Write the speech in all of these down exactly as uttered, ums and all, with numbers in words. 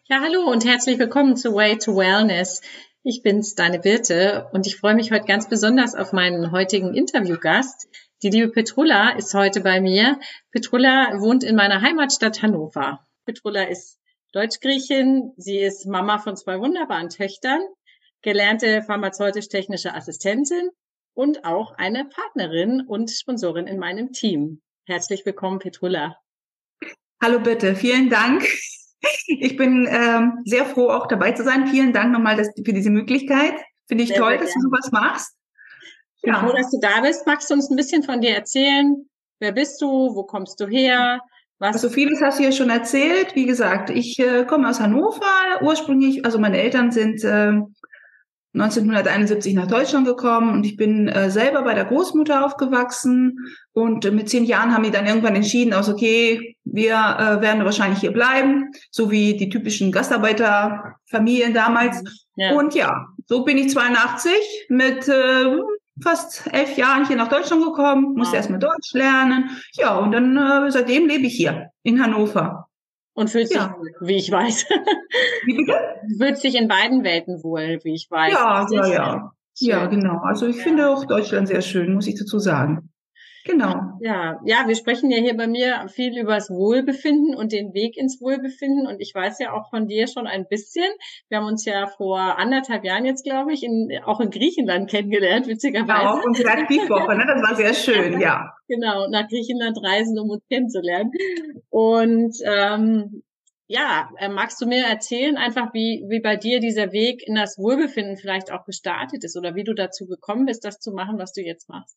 Ja, hallo und herzlich willkommen zu Way to Wellness. Ich bin's, deine Birte, und ich freue mich heute ganz besonders auf meinen heutigen Interviewgast. Die liebe Petrulla ist heute bei mir. Petrulla wohnt in meiner Heimatstadt Hannover. Petrulla ist Deutsch-Griechin. Sie ist Mama von zwei wunderbaren Töchtern, gelernte pharmazeutisch-technische Assistentin und auch eine Partnerin und Sponsorin in meinem Team. Herzlich willkommen, Petrulla. Hallo Birte, vielen Dank. Ich bin ähm, sehr froh, auch dabei zu sein. Vielen Dank nochmal das, für diese Möglichkeit. Finde ich sehr, toll, sehr dass du sowas machst. Ich bin ja. froh, dass du da bist. Magst du uns ein bisschen von dir erzählen? Wer bist du? Wo kommst du her? Was? Also vieles hast du ja schon erzählt. Wie gesagt, ich äh, komme aus Hannover ursprünglich. Also meine Eltern sind äh, neunzehnhunderteinundsiebzig nach Deutschland gekommen und ich bin äh, selber bei der Großmutter aufgewachsen und äh, mit zehn Jahren haben die dann irgendwann entschieden, aus okay, wir äh, werden wahrscheinlich hier bleiben, so wie die typischen Gastarbeiterfamilien damals. Ja. Und ja, so bin ich zweiundachtzig mit äh, fast elf Jahren hier nach Deutschland gekommen, musste wow. erstmal Deutsch lernen. Ja, und dann äh, seitdem lebe ich hier in Hannover. Und fühlt sich ja. wohl, wie ich weiß. Wie bitte? Fühlt sich in beiden Welten wohl, wie ich weiß. Ja, ja, ja. Schön. Ja, genau. Also ich ja. finde auch Deutschland sehr schön, muss ich dazu sagen. Genau. Ja, ja, wir sprechen ja hier bei mir viel über das Wohlbefinden und den Weg ins Wohlbefinden. Und ich weiß ja auch von dir schon ein bisschen. Wir haben uns ja vor anderthalb Jahren jetzt, glaube ich, in, auch in Griechenland kennengelernt, witzigerweise. Ja, auch unsere Aktivwoche, ne? Das war sehr schön, ja. Genau, nach Griechenland reisen, um uns kennenzulernen. Und ähm, ja, magst du mir erzählen, einfach wie wie bei dir dieser Weg in das Wohlbefinden vielleicht auch gestartet ist oder wie du dazu gekommen bist, das zu machen, was du jetzt machst?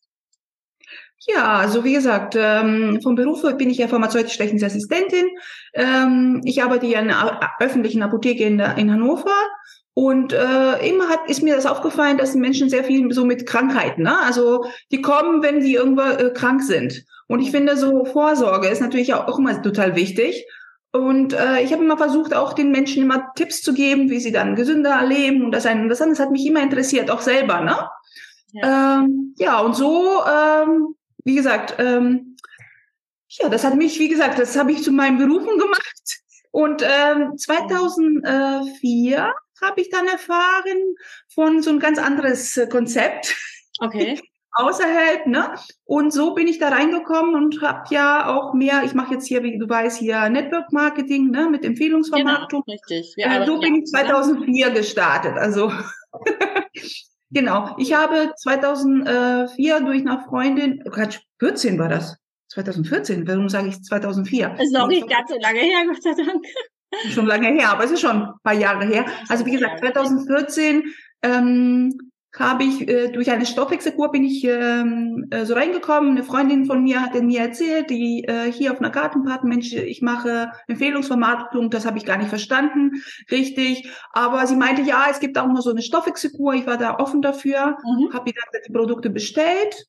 Ja, also wie gesagt, ähm, vom Beruf bin ich ja pharmazeutisch-technische Assistentin. Ähm, ich arbeite ja in einer öffentlichen Apotheke in, der, in Hannover. Und äh, immer hat, ist mir das aufgefallen, dass die Menschen sehr viel so mit Krankheiten, ne? Also die kommen, wenn die irgendwo äh, krank sind. Und ich finde, so Vorsorge ist natürlich auch, auch immer total wichtig. Und äh, ich habe immer versucht, auch den Menschen immer Tipps zu geben, wie sie dann gesünder leben. Und das, ein, das, das hat mich immer interessiert, auch selber, ne? Ja, ähm, ja und so, ähm, wie gesagt, ähm, ja, das hat mich, wie gesagt, das habe ich zu meinen Berufen gemacht. Und ähm, zweitausendvier habe ich dann erfahren von so ein ganz anderes äh, Konzept. Okay. Außerhalb, ne? Und so bin ich da reingekommen und habe ja auch mehr, ich mache jetzt hier, wie du weißt, hier Network Marketing, ne, mit Empfehlungsvermarktung. Genau, richtig. Äh, so bin ich zweitausendvier gestartet, also genau. Ich habe zweitausendvier durch eine Freundin, Quatsch, vierzehn war das. zweitausendvierzehn, warum sage ich zweitausendvier? Das ist noch nicht ganz so lange her, Gott sei Dank. Schon lange her, aber es ist schon ein paar Jahre her. Also wie gesagt, zweitausendvierzehn ähm, habe ich äh, durch eine Stoffwechselkur bin ich ähm, äh, so reingekommen. Eine Freundin von mir hat mir erzählt, die äh, hier auf einer Gartenparty, Mensch, ich mache Empfehlungsvermarktung, das habe ich gar nicht verstanden, richtig. Aber sie meinte, ja, es gibt auch noch so eine Stoffwechselkur. Ich war da offen dafür, mhm. habe dann die Produkte bestellt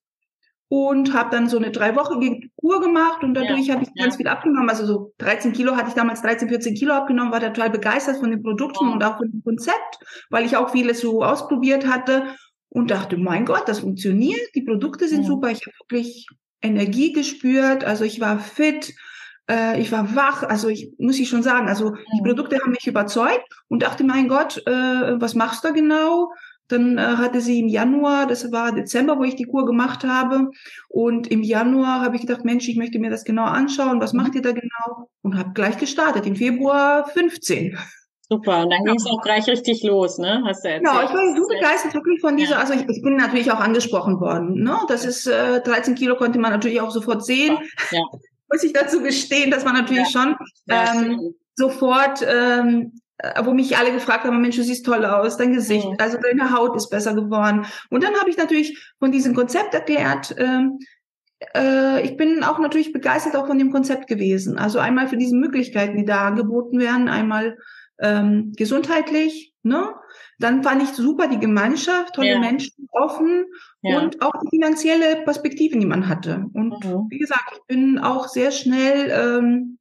und habe dann so eine dreiwöchige Kur gemacht und dadurch ja, habe ich ja. ganz viel abgenommen. Also so dreizehn Kilo hatte ich damals, dreizehn, vierzehn Kilo abgenommen, war total begeistert von den Produkten wow. und auch von dem Konzept, weil ich auch vieles so ausprobiert hatte und dachte, mein Gott, das funktioniert, die Produkte sind ja. super, ich habe wirklich Energie gespürt, also ich war fit, äh, ich war wach, also ich muss ich schon sagen, also ja. die Produkte haben mich überzeugt und dachte, mein Gott, äh, was machst du genau? Dann äh, hatte sie im Januar, das war Dezember, wo ich die Kur gemacht habe. Und im Januar habe ich gedacht, Mensch, ich möchte mir das genau anschauen. Was macht ihr da genau? Und habe gleich gestartet, im Februar fünfzehn. Super, und dann ja. ging es auch gleich richtig los, ne? Hast du erzählt. Ja, ich war so begeistert wirklich von dieser, ja. also ich, ich bin natürlich auch angesprochen worden. Ne? Das ist, äh, dreizehn Kilo konnte man natürlich auch sofort sehen. Ja. Muss ich dazu gestehen, dass man natürlich ja. schon ähm, sofort... Ähm, wo mich alle gefragt haben, Mensch, du siehst toll aus, dein Gesicht, mhm. also deine Haut ist besser geworden. Und dann habe ich natürlich von diesem Konzept erklärt, ähm, äh, ich bin auch natürlich begeistert auch von dem Konzept gewesen. Also einmal für diese Möglichkeiten, die da angeboten werden, einmal ähm, gesundheitlich, ne? Dann fand ich super die Gemeinschaft, tolle ja. Menschen, offen ja. und auch die finanzielle Perspektive, die man hatte. Und mhm. wie gesagt, ich bin auch sehr schnell... Ähm,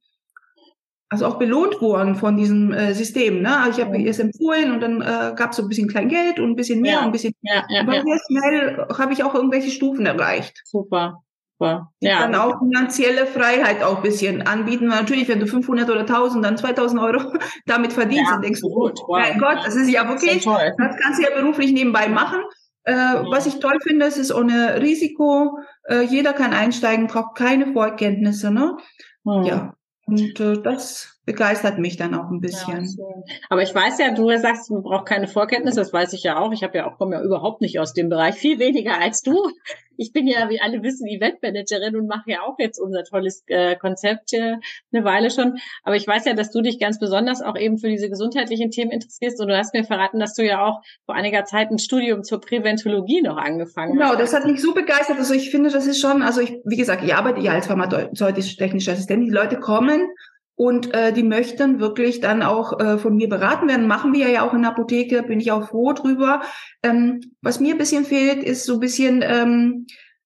also auch belohnt worden von diesem äh, System. Ne? Also ich habe ja. es empfohlen und dann äh, gab es so ein bisschen Kleingeld und ein bisschen mehr ja. und ein bisschen ja, ja, aber ja. sehr schnell habe ich auch irgendwelche Stufen erreicht. Super. Super. Die Ja. dann auch finanzielle Freiheit auch ein bisschen anbieten. Weil natürlich, wenn du fünfhundert oder tausend, dann zweitausend Euro damit verdienst, Ja, dann denkst du, absolut. oh, Wow. mein Gott, das ist ja wirklich, toll. das kannst du ja beruflich nebenbei machen. Äh, Ja. Was ich toll finde, es ist ohne Risiko. Äh, jeder kann einsteigen, braucht keine Vorkenntnisse, ne? Hm. Ja. Und äh, das begeistert mich dann auch ein bisschen. Ja, schön. Aber ich weiß ja, du sagst, man braucht keine Vorkenntnisse, das weiß ich ja auch. Ich habe ja auch, komme ja überhaupt nicht aus dem Bereich, viel weniger als du. Ich bin ja, wie alle wissen, Eventmanagerin und mache ja auch jetzt unser tolles äh, Konzept äh, eine Weile schon. Aber ich weiß ja, dass du dich ganz besonders auch eben für diese gesundheitlichen Themen interessierst. Und du hast mir verraten, dass du ja auch vor einiger Zeit ein Studium zur Präventologie noch angefangen Genau, hast. das hat mich so begeistert. Also ich finde, das ist schon, also ich, wie gesagt, ich arbeite ja als pharmazeutisch-technische Assistentin. Die Leute kommen und äh, die möchten wirklich dann auch äh, von mir beraten werden. Machen wir ja auch in der Apotheke, bin ich auch froh drüber. Ähm, was mir ein bisschen fehlt, ist so ein bisschen, ähm,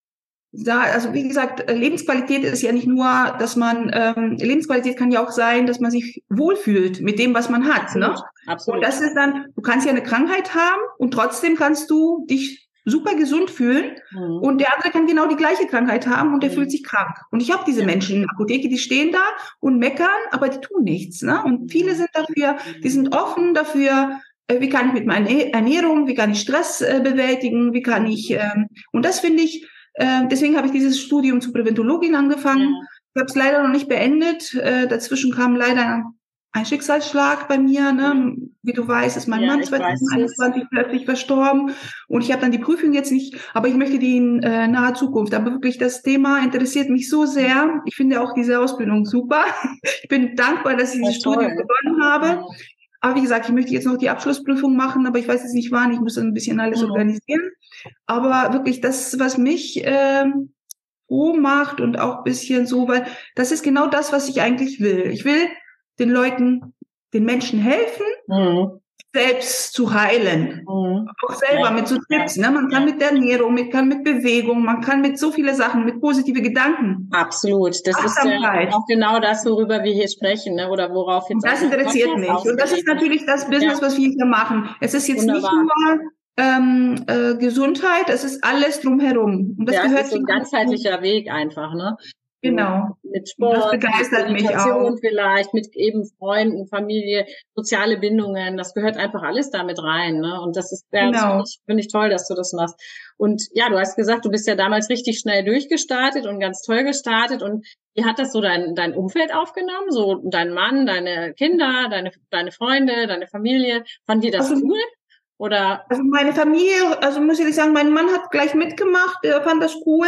da, also wie gesagt, Lebensqualität ist ja nicht nur, dass man, ähm, Lebensqualität kann ja auch sein, dass man sich wohlfühlt mit dem, was man hat. Absolut, Ne? absolut. Und das ist dann, du kannst ja eine Krankheit haben und trotzdem kannst du dich super gesund fühlen. Mhm. Und der andere kann genau die gleiche Krankheit haben und der mhm. fühlt sich krank. Und ich habe diese ja. Menschen in der Apotheke, die stehen da und meckern, aber die tun nichts. Ne? Und mhm. viele sind dafür, die sind offen dafür, äh, wie kann ich mit meiner Ernährung, wie kann ich Stress äh, bewältigen, wie kann ich, ähm, und das finde ich, äh, deswegen habe ich dieses Studium zur Präventologin angefangen. Ja. Ich habe es leider noch nicht beendet. Äh, dazwischen kam leider ein Schicksalsschlag bei mir, ne? Wie du weißt, ist mein ja, Mann zwanzig einundzwanzig plötzlich verstorben und ich habe dann die Prüfung jetzt nicht, aber ich möchte die in äh, naher Zukunft. Aber wirklich, das Thema interessiert mich so sehr. Ich finde auch diese Ausbildung super. Ich bin dankbar, dass ich dieses Studium begonnen habe. Ja. Aber wie gesagt, ich möchte jetzt noch die Abschlussprüfung machen, aber ich weiß jetzt nicht wann. Ich muss dann ein bisschen alles ja. organisieren. Aber wirklich, das, was mich ähm, froh macht und auch ein bisschen so, weil das ist genau das, was ich eigentlich will. Ich will den Leuten, den Menschen helfen, mhm. selbst zu heilen. Mhm. Auch selber ja. mit so Tipps. Ne? Man kann mit der Ernährung, man kann mit Bewegung, man kann mit so viele Sachen, mit positive Gedanken. Absolut. Das ist ja auch genau das, worüber wir hier sprechen, ne? Oder worauf jetzt. Und das interessiert mich. Und das ist natürlich das Business, ja. was wir hier machen. Es ist jetzt Wunderbar. nicht nur ähm, äh, Gesundheit, es ist alles drumherum. Und das ja, gehört es ist so ein ganzheitlicher Weg einfach, ne? Genau. Mit Sport, das begeistert mit mich auch. Vielleicht, mit eben Freunden, Familie, soziale Bindungen, das gehört einfach alles damit rein, ne? Und das ist, ja, genau. finde ich, find ich toll, dass du das machst. Und ja, du hast gesagt, du bist ja damals richtig schnell durchgestartet und ganz toll gestartet. Und wie hat das so dein, dein Umfeld aufgenommen? So dein Mann, deine Kinder, deine, deine Freunde, deine Familie? Fanden die das also, cool? Oder? Also meine Familie, also muss ich sagen, mein Mann hat gleich mitgemacht, er fand das cool.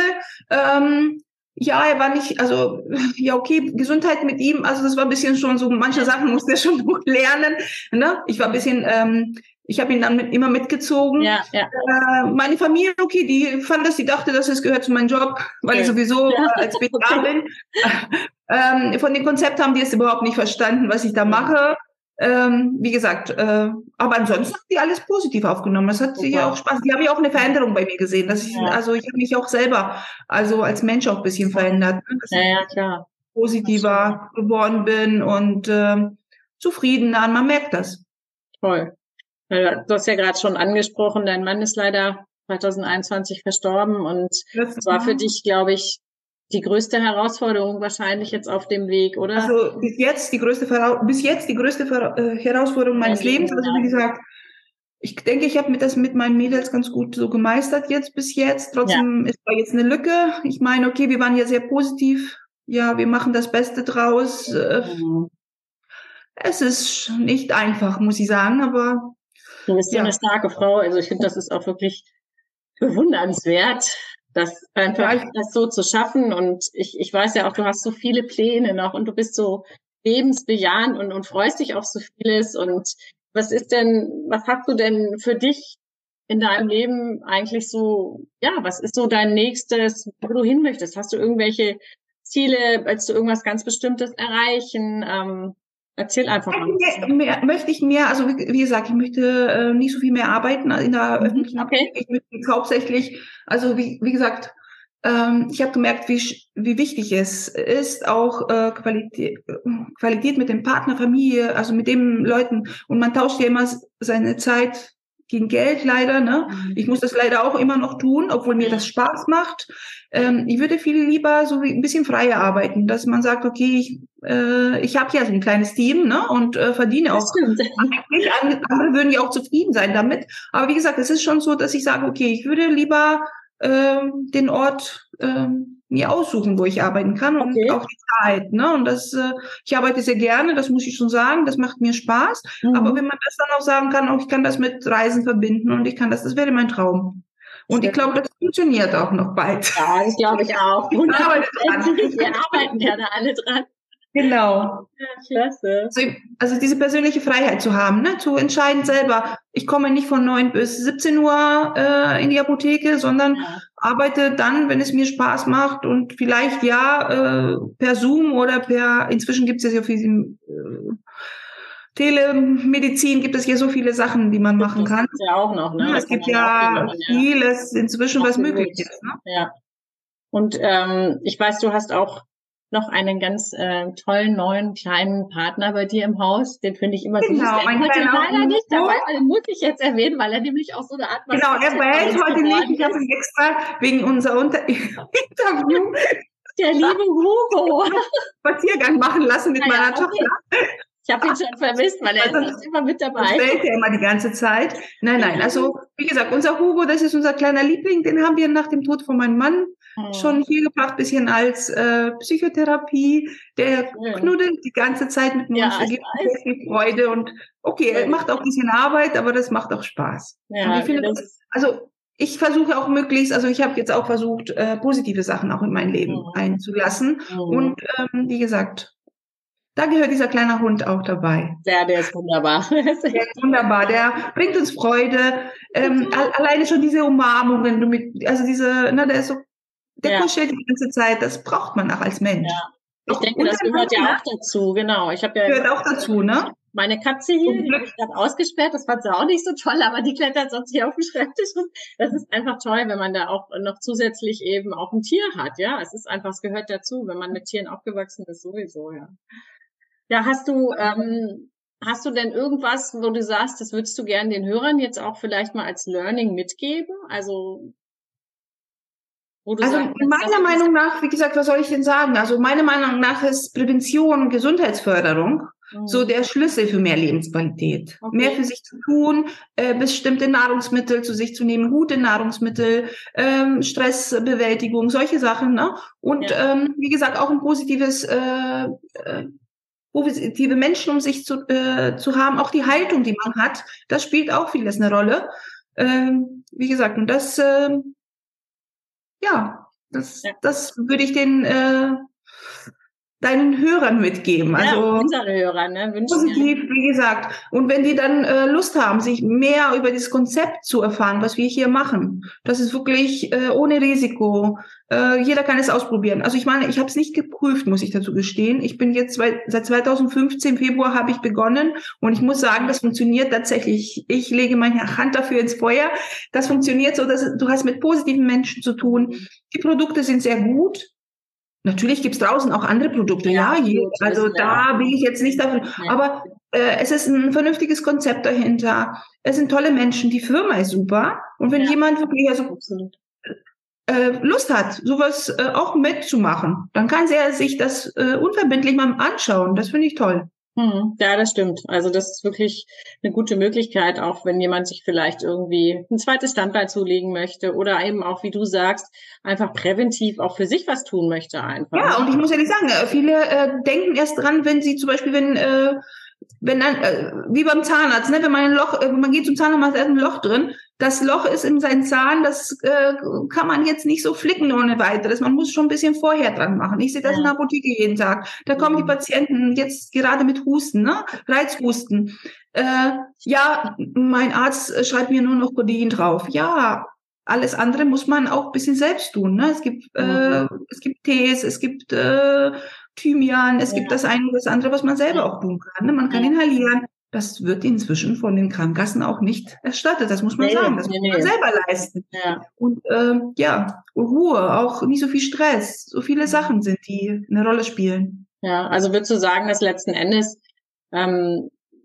Ähm, Ja, er war nicht, also, ja, okay, Gesundheit mit ihm, also das war ein bisschen schon so, manche Sachen musste er schon noch lernen, ne? Ich war ein bisschen, ähm, ich habe ihn dann mit, immer mitgezogen. Ja, ja. Äh, meine Familie, okay, die fand das, die dachte, dass es gehört zu meinem Job, weil okay. ich sowieso ja. äh, als B T A bin. ähm, von dem Konzept haben die es überhaupt nicht verstanden, was ich da mache. Ähm, wie gesagt, äh, aber ansonsten haben die alles positiv aufgenommen. Das hat sich ja auch Spaß. Die haben ja auch eine Veränderung bei mir gesehen. Dass ich, ja. Also ich habe mich auch selber, also als Mensch auch ein bisschen verändert. Ne? Dass ja, ja, klar. ich positiver geworden bin und äh, zufriedener. Man merkt das. Toll. Du hast ja gerade schon angesprochen, dein Mann ist leider zwanzig einundzwanzig verstorben und das, das war für dich, glaube ich, die größte Herausforderung wahrscheinlich jetzt auf dem Weg, oder? Also bis jetzt die größte bis jetzt die größte Herausforderung meines Lebens. Also wie gesagt, ich denke, ich habe mit das mit meinen Mädels ganz gut so gemeistert jetzt bis jetzt. Trotzdem ja. ist da jetzt eine Lücke. Ich meine, okay, wir waren ja sehr positiv. Ja, wir machen das Beste draus. Mhm. Es ist nicht einfach, muss ich sagen, aber du bist ja eine starke Frau. Also ich finde, das ist auch wirklich bewundernswert, das einfach ja, das so zu schaffen. Und ich, ich weiß ja auch, du hast so viele Pläne noch und du bist so lebensbejahend und, und freust dich auf so vieles. Und was ist denn, was hast du denn für dich in deinem Leben eigentlich so, ja, was ist so dein nächstes, wo du hin möchtest? Hast du irgendwelche Ziele, willst du irgendwas ganz Bestimmtes erreichen? Ähm, erzähl einfach mal. Mehr, möchte ich mehr, also wie, wie gesagt, ich möchte äh, nicht so viel mehr arbeiten in der mhm, öffentlichen okay. Ich möchte hauptsächlich, also wie, wie gesagt, ähm, ich habe gemerkt, wie, wie wichtig es ist, auch äh, Qualität, Qualität mit dem Partner, Familie, also mit den Leuten. Und man tauscht ja immer seine Zeit gegen Geld leider, ne? Mhm. Ich muss das leider auch immer noch tun, obwohl mir das Spaß macht. Ähm, ich würde viel lieber so wie ein bisschen freier arbeiten, dass man sagt, okay, ich, äh, ich habe ja so ein kleines Team, ne? Und äh, verdiene Das auch. stimmt. Eigentlich, andere würden ja auch zufrieden sein damit. Aber wie gesagt, es ist schon so, dass ich sage, okay, ich würde lieber ähm, den Ort ähm, mir aussuchen, wo ich arbeiten kann und Okay. auch die Zeit, ne? Und das, äh, ich arbeite sehr gerne, das muss ich schon sagen, das macht mir Spaß. Mhm. Aber wenn man das dann auch sagen kann, auch ich kann das mit Reisen verbinden und ich kann das, das wäre mein Traum. Und ich glaube, das funktioniert auch noch bald. Ja, das glaube ich auch. hundertprozentig. Wir arbeiten ja da alle dran. Genau. Ja, klasse. Also, also diese persönliche Freiheit zu haben, ne, zu entscheiden selber. Ich komme nicht von neun bis siebzehn Uhr äh, in die Apotheke, sondern Ja. arbeite dann, wenn es mir Spaß macht und vielleicht ja äh, per Zoom oder per, inzwischen gibt es ja so viel äh, Telemedizin, gibt es ja so viele Sachen, die man machen kann. Das ist ja auch noch, ne? Ja, Da es kann gibt man ja auch viel ja machen, ja. vieles inzwischen, was Absolut. möglich ist. Ne? Ja. Und ähm, ich weiß, du hast auch noch einen ganz äh, tollen neuen kleinen Partner bei dir im Haus. Den finde ich immer Genau, süß. Der mein ist heute kleiner leider nicht Hugo. dabei, aber den muss ich jetzt erwähnen, weil er nämlich auch so eine Art Genau, er behält heute nicht. Ich habe ihn extra wegen unser Unter Interview Der liebe Hugo. Spaziergang machen lassen mit Ah, ja, meiner okay. Tochter. Ich habe ihn schon vermisst, weil er ist Also, sonst immer mit dabei. Das fällt ja immer die ganze Zeit. Nein, nein, also wie gesagt, unser Hugo, das ist unser kleiner Liebling, den haben wir nach dem Tod von meinem Mann Oh. schon hier gebracht, bisschen als äh, Psychotherapie. Der Schön. knuddelt die ganze Zeit mit Ja, uns, er ich gibt weiß. sehr viel Freude und okay, er Schön. macht auch ein bisschen Arbeit, aber das macht auch Spaß. Ja, und ich finde, das das, ist- also ich versuche auch möglichst, also ich habe jetzt auch versucht, äh, positive Sachen auch in mein Leben Mhm. einzulassen. Mhm. Und ähm, wie gesagt, da gehört dieser kleine Hund auch dabei. Ja, der ist wunderbar. Der ist Der ist wunderbar, der bringt uns Freude. Ähm, Total. al- alleine schon diese Umarmungen, du mit, also diese, ne, der ist so, der Ja. kuschelt die ganze Zeit, das braucht man auch als Mensch. Ja. Ich Auch denke, das gehört ja untereinander auch dazu, genau. Ich habe ja gehört auch dazu, ne? meine Katze hier, Zum die habe ich gerade ausgesperrt, das fand sie auch nicht so toll, aber die klettert sonst hier auf dem Schreibtisch rum. Das ist einfach toll, wenn man da auch noch zusätzlich eben auch ein Tier hat, ja. Es ist einfach, es gehört dazu, wenn man mit Tieren aufgewachsen ist, sowieso, ja. Ja, hast du, ähm, hast du denn irgendwas, wo du sagst, das würdest du gerne den Hörern jetzt auch vielleicht mal als Learning mitgeben? Also, wo du Also sagst, meiner das- Meinung nach, wie gesagt, was soll ich denn sagen? Also meiner Meinung nach ist Prävention, Gesundheitsförderung Mhm. so der Schlüssel für mehr Lebensqualität. Okay. Mehr für sich zu tun, äh, bestimmte Nahrungsmittel zu sich zu nehmen, gute Nahrungsmittel, ähm, Stressbewältigung, solche Sachen. Ne? Und Ja. ähm, wie gesagt, auch ein positives, äh, äh, positive Menschen um sich zu, äh, zu haben. Auch die Haltung, die man hat, das spielt auch vieles eine Rolle. Ähm, wie gesagt, und das... Äh, Ja, das, Ja. das würde ich den äh, deinen Hörern mitgeben. Ja, Also unsere Hörer, ne, wünschen positiv, wie gesagt. Und wenn die dann äh, Lust haben, sich mehr über dieses Konzept zu erfahren, was wir hier machen, das ist wirklich äh, ohne Risiko. Äh, jeder kann es ausprobieren. Also ich meine, ich habe es nicht geprüft, muss ich dazu gestehen. Ich bin jetzt zwei, seit zweitausendfünfzehn Februar habe ich begonnen und ich muss sagen, das funktioniert tatsächlich. Ich lege meine Hand dafür ins Feuer. Das funktioniert so, dass du hast mit positiven Menschen zu tun. Die Produkte sind sehr gut. Natürlich gibt's draußen auch andere Produkte, Ja, ja. Je, absolut, also wissen wir da auch. will ich jetzt nicht dafür. Nee. Aber äh, es ist ein vernünftiges Konzept dahinter. Es sind tolle Menschen. Die Firma ist super. Und wenn Ja. jemand wirklich also Absolut. äh, Lust hat, sowas äh, auch mitzumachen, dann kann er sich das äh, unverbindlich mal anschauen. Das finde ich toll. Hm, ja, das stimmt. Also das ist wirklich eine gute Möglichkeit, auch wenn jemand sich vielleicht irgendwie ein zweites Standbein zulegen möchte oder eben auch, wie du sagst, einfach präventiv auch für sich was tun möchte einfach. Ja, und ich muss ehrlich sagen, äh, viele äh, denken erst dran, wenn sie zum Beispiel, wenn äh, wenn dann, äh, wie beim Zahnarzt, ne, wenn man ein Loch, äh, man geht zum Zahnarzt, da ist ein Loch drin. Das Loch ist in seinem Zahn, das äh, kann man jetzt nicht so flicken ohne weiteres. Man muss schon ein bisschen vorher dran machen. Ich sehe das Ja. in der Apotheke jeden Tag. Da kommen die Mhm. Patienten jetzt gerade mit Husten, ne, Reizhusten. Äh, ja, mein Arzt äh, schreibt mir nur noch Codein drauf. Ja, alles andere muss man auch ein bisschen selbst tun. Ne? Es gibt, äh, es gibt Tees, es gibt äh, Thymian, es Ja. gibt das eine und das andere, was man selber Ja. auch tun kann. Ne? Man kann Ja. inhalieren. Das wird inzwischen von den Krankenkassen auch nicht erstattet. Das muss man Nee, sagen. Das nee, muss man nee. selber leisten. Ja. Und ähm, ja, Ruhe, auch nicht so viel Stress. So viele Sachen sind, die eine Rolle spielen. Ja, also würdest du sagen, dass letzten Endes ähm,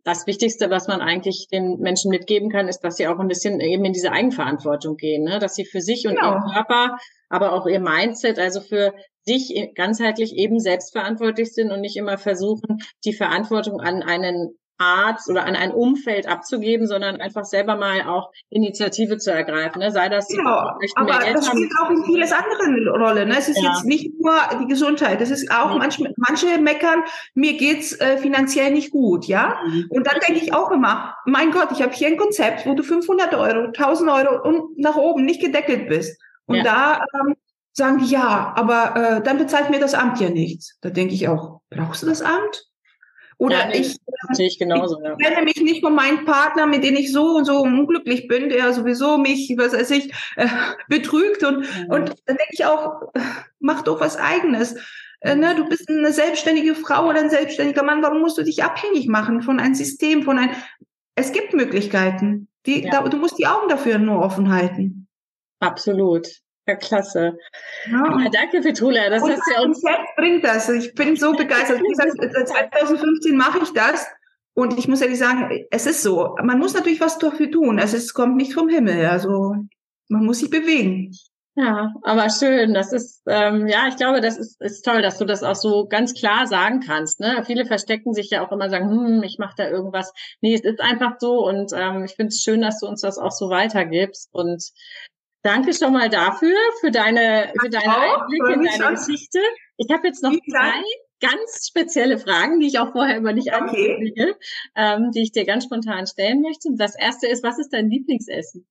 das Wichtigste, was man eigentlich den Menschen mitgeben kann, ist, dass sie auch ein bisschen eben in diese Eigenverantwortung gehen, ne? Dass sie für sich und Genau. ihren Körper, aber auch ihr Mindset, also für sich ganzheitlich eben selbstverantwortlich sind und nicht immer versuchen, die Verantwortung an einen Arzt oder an ein Umfeld abzugeben, sondern einfach selber mal auch Initiative zu ergreifen, ne? Sei das, sie Genau, möchten aber mehr Geld das haben. spielt auch in vieles andere eine Rolle. Ne? Es ist Ja. jetzt nicht nur die Gesundheit, es ist auch Nee. manchmal, manche meckern, mir geht's äh, finanziell nicht gut, ja. Mhm. Und dann denke ich auch immer, mein Gott, ich habe hier ein Konzept, wo du fünfhundert Euro, tausend Euro und nach oben nicht gedeckelt bist. Und Ja. da ähm, sagen die, ja, aber äh, dann bezahlt mir das Amt ja nichts. Da denke ich auch, brauchst du das Amt? Oder Ja, nee, ich, das sehe ich genauso, ja. ich trenne mich nicht von meinem Partner, mit dem ich so und so unglücklich bin, der sowieso mich, was weiß ich, äh, betrügt. Und, Mhm. und dann denke ich auch, äh, mach doch was Eigenes. Äh, ne, du bist eine selbstständige Frau oder ein selbstständiger Mann, warum musst du dich abhängig machen von einem System, von ein, es gibt Möglichkeiten. Die, Ja. da, du musst die Augen dafür nur offen halten. Absolut. Ja, klasse. Ja. Ja, danke, Petrula. Das Und hast du ja uns. Konzept bringt das. Ich bin so begeistert. Wie gesagt, seit zwanzig fünfzehn mache ich das. Und ich muss ehrlich sagen, es ist so. Man muss natürlich was dafür tun. Also es kommt nicht vom Himmel. Also man muss sich bewegen. Ja, aber schön. Das ist, ähm, ja, ich glaube, das ist, ist toll, dass du das auch so ganz klar sagen kannst. Ne? Viele verstecken sich ja auch immer, sagen, hm, ich mache da irgendwas. Nee, es ist einfach so. Und ähm, ich finde es schön, dass du uns das auch so weitergibst. Und danke schon mal dafür, für deine, für deine auch, Einblicke in deine schon. Geschichte. Ich habe jetzt noch zwei ganz spezielle Fragen, die ich auch vorher immer nicht ankündige, okay. ähm, die ich dir ganz spontan stellen möchte. Das erste ist, was ist dein Lieblingsessen?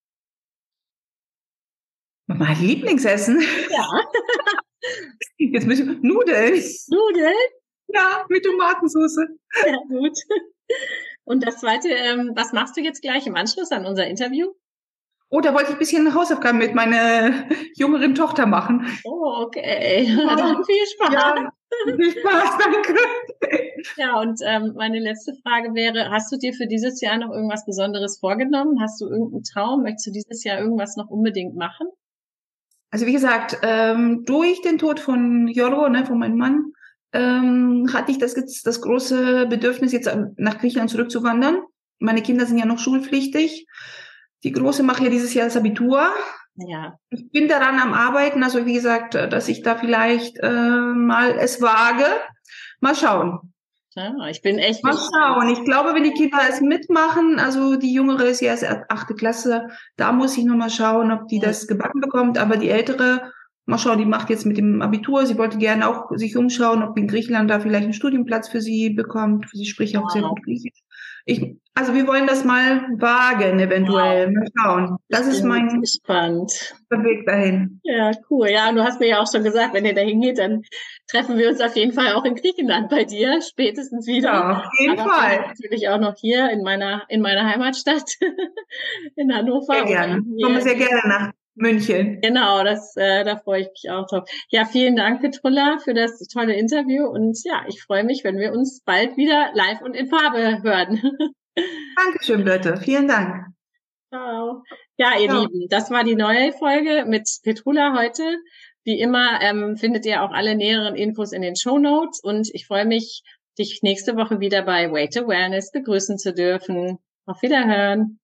Mein Lieblingsessen? Ja. Jetzt müssen wir Nudeln. Nudeln? Ja, mit Tomatensauce. Ja, gut. Und das zweite, ähm, was machst du jetzt gleich im Anschluss an unser Interview? Oh, da wollte ich ein bisschen Hausaufgaben mit meiner jüngeren Tochter machen. Oh, okay. Ja. Dann viel Spaß. Ja, viel Spaß, danke. Ja, und ähm, meine letzte Frage wäre, hast du dir für dieses Jahr noch irgendwas Besonderes vorgenommen? Hast du irgendeinen Traum? Möchtest du dieses Jahr irgendwas noch unbedingt machen? Also wie gesagt, ähm, durch den Tod von Jorgo, ne, von meinem Mann, ähm, hatte ich das jetzt das große Bedürfnis, jetzt nach Griechenland zurückzuwandern. Meine Kinder sind ja noch schulpflichtig. Die Große macht ja dieses Jahr das Abitur. Ja. Ich bin daran am Arbeiten, also wie gesagt, dass ich da vielleicht äh, mal es wage. Mal schauen. Ja, ich bin echt Mal schauen. Ich glaube, wenn die Kinder es mitmachen, also die Jüngere ist ja erst achte Klasse, da muss ich noch mal schauen, ob die das gebacken bekommt. Aber die Ältere, mal schauen, die macht jetzt mit dem Abitur. Sie wollte gerne auch sich umschauen, ob in Griechenland da vielleicht einen Studienplatz für sie bekommt. Sie spricht auch wow. sehr gut Griechisch. Ich, also wir wollen das mal wagen, eventuell. Wow. Mal schauen. Das ist mein gespannt. Weg dahin. Ja, cool. Ja, und du hast mir ja auch schon gesagt, wenn ihr dahin geht, dann treffen wir uns auf jeden Fall auch in Griechenland bei dir, spätestens wieder. Ja, auf jeden Aber Fall. Natürlich auch noch hier in meiner in meiner Heimatstadt in Hannover. Sehr gerne. Ich komme sehr gerne nach München. Genau, das, äh, da freue ich mich auch drauf. Ja, vielen Dank, Petrula, für das tolle Interview. Und ja, ich freue mich, wenn wir uns bald wieder live und in Farbe hören. Dankeschön, Birte. Vielen Dank. Ciao. Ja, ihr Ciao. Lieben, das war die neue Folge mit Petrula heute. Wie immer ähm, findet ihr auch alle näheren Infos in den Shownotes. Und ich freue mich, dich nächste Woche wieder bei Way to Wellness begrüßen zu dürfen. Auf Wiederhören.